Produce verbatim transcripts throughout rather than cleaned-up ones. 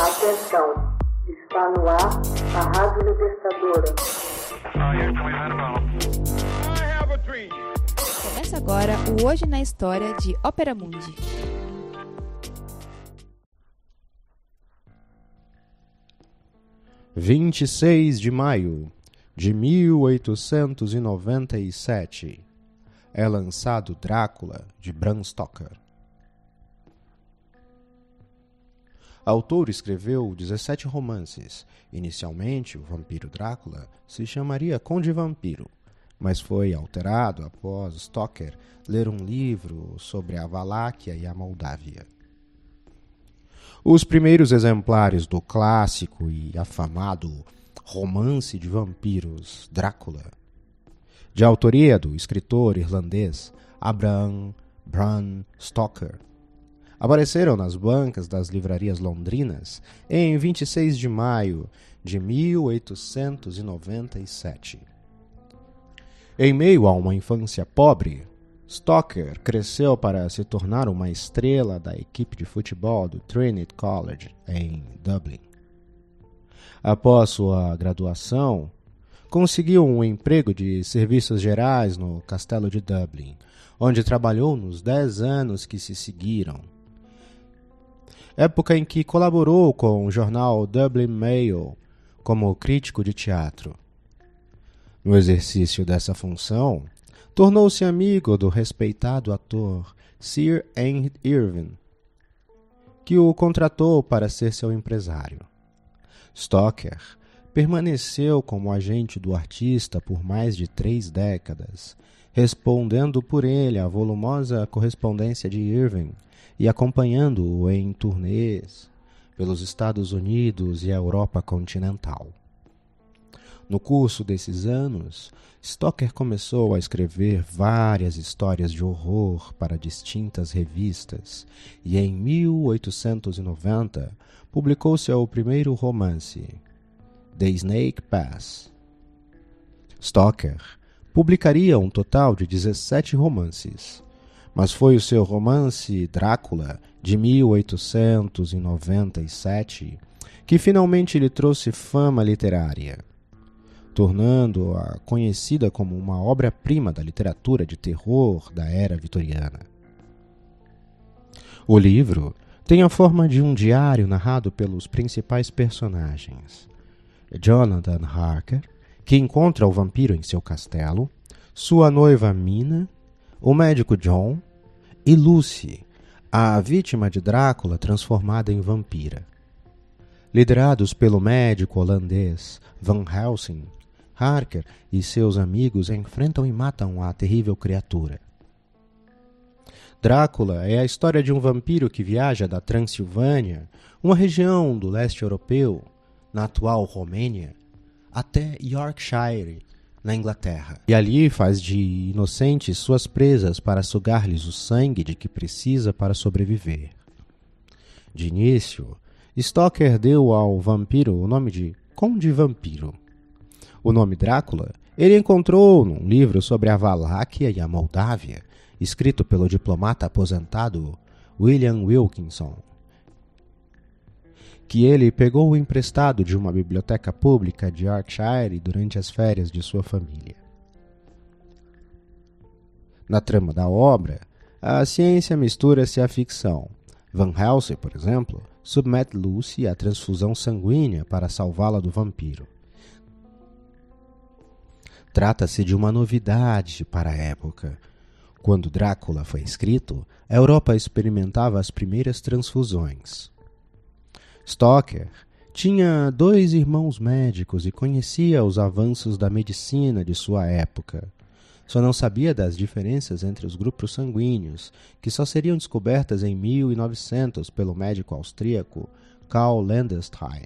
Atenção, está no ar a Rádio Libertadora. Começa agora o Hoje na História de Ópera Mundi. vinte e seis de maio de mil oitocentos e noventa e sete é lançado Drácula, de Bram Stoker. O autor escreveu dezessete romances. Inicialmente, o vampiro Drácula se chamaria Conde Vampiro, mas foi alterado após Stoker ler um livro sobre a Valáquia e a Moldávia. Os primeiros exemplares do clássico e afamado romance de vampiros Drácula, de autoria do escritor irlandês Abraham Bram Stoker, apareceram nas bancas das livrarias londrinas em vinte e seis de maio de mil oitocentos e noventa e sete. Em meio a uma infância pobre, Stoker cresceu para se tornar uma estrela da equipe de futebol do Trinity College, em Dublin. Após sua graduação, conseguiu um emprego de serviços gerais no Castelo de Dublin, onde trabalhou nos dez anos que se seguiram. Época em que colaborou com o jornal Dublin Mail como crítico de teatro. No exercício dessa função, tornou-se amigo do respeitado ator Sir Henry Irving, que o contratou para ser seu empresário. Stoker permaneceu como agente do artista por mais de três décadas, respondendo por ele à volumosa correspondência de Irving e acompanhando-o em turnês pelos Estados Unidos e a Europa continental. No curso desses anos, Stoker começou a escrever várias histórias de horror para distintas revistas e em mil oitocentos e noventa publicou seu primeiro romance, The Snake Pass. Stoker publicaria um total de dezessete romances, mas foi o seu romance Drácula, de mil oitocentos e noventa e sete, que finalmente lhe trouxe fama literária, tornando-a conhecida como uma obra-prima da literatura de terror da era vitoriana. O livro tem a forma de um diário narrado pelos principais personagens: Jonathan Harker, que encontra o vampiro em seu castelo, sua noiva Mina, o médico John e Lucy, a vítima de Drácula transformada em vampira. Liderados pelo médico holandês Van Helsing, Harker e seus amigos enfrentam e matam a terrível criatura. Drácula é a história de um vampiro que viaja da Transilvânia, uma região do leste europeu, na atual Romênia, até Yorkshire, na Inglaterra. E ali faz de inocentes suas presas para sugar-lhes o sangue de que precisa para sobreviver. De início, Stoker deu ao vampiro o nome de Conde Vampiro. O nome Drácula ele encontrou num livro sobre a Valáquia e a Moldávia, escrito pelo diplomata aposentado William Wilkinson, que ele pegou emprestado de uma biblioteca pública de Yorkshire durante as férias de sua família. Na trama da obra, a ciência mistura-se à ficção. Van Helsing, por exemplo, submete Lucy à transfusão sanguínea para salvá-la do vampiro. Trata-se de uma novidade para a época. Quando Drácula foi escrito, a Europa experimentava as primeiras transfusões. Stoker tinha dois irmãos médicos e conhecia os avanços da medicina de sua época. Só não sabia das diferenças entre os grupos sanguíneos, que só seriam descobertas em mil e novecentos pelo médico austríaco Karl Landestein.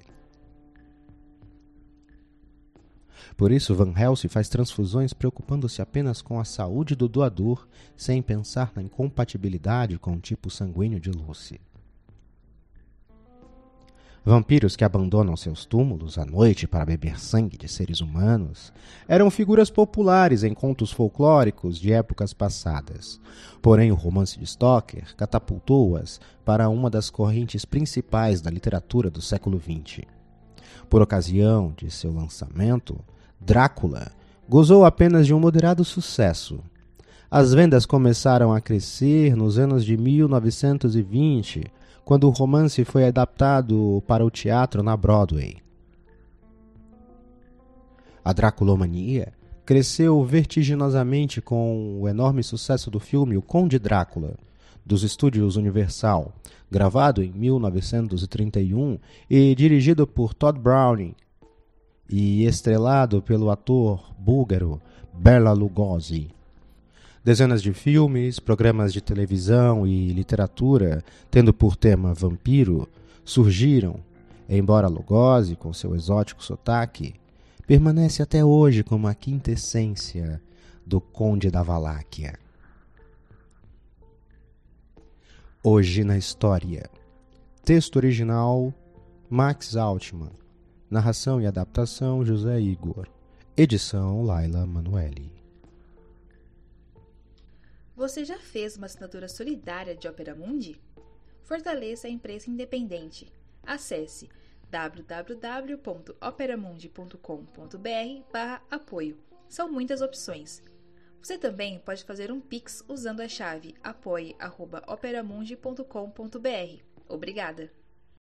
Por isso, Van Helsing faz transfusões preocupando-se apenas com a saúde do doador, sem pensar na incompatibilidade com o tipo sanguíneo de Lucy. Vampiros que abandonam seus túmulos à noite para beber sangue de seres humanos eram figuras populares em contos folclóricos de épocas passadas. Porém, o romance de Stoker catapultou-as para uma das correntes principais da literatura do século vinte. Por ocasião de seu lançamento, Drácula gozou apenas de um moderado sucesso. As vendas começaram a crescer nos anos de mil novecentos e vinte, quando o romance foi adaptado para o teatro na Broadway. A Draculomania cresceu vertiginosamente com o enorme sucesso do filme O Conde Drácula, dos estúdios Universal, gravado em mil novecentos e trinta e um e dirigido por Todd Browning e estrelado pelo ator búlgaro Bela Lugosi. Dezenas de filmes, programas de televisão e literatura, tendo por tema vampiro, surgiram, embora Lugosi, com seu exótico sotaque, permanece até hoje como a quintessência do Conde da Valáquia. Hoje na História. Texto original, Max Altman. Narração e adaptação, José Igor. Edição, Laila Manoeli. Você já fez uma assinatura solidária de Opera Mundi? Fortaleça a imprensa independente. Acesse w w w ponto operamundi ponto com ponto b r barra apoio. São muitas opções. Você também pode fazer um Pix usando a chave apoie arroba operamundi ponto com ponto b r. Obrigada!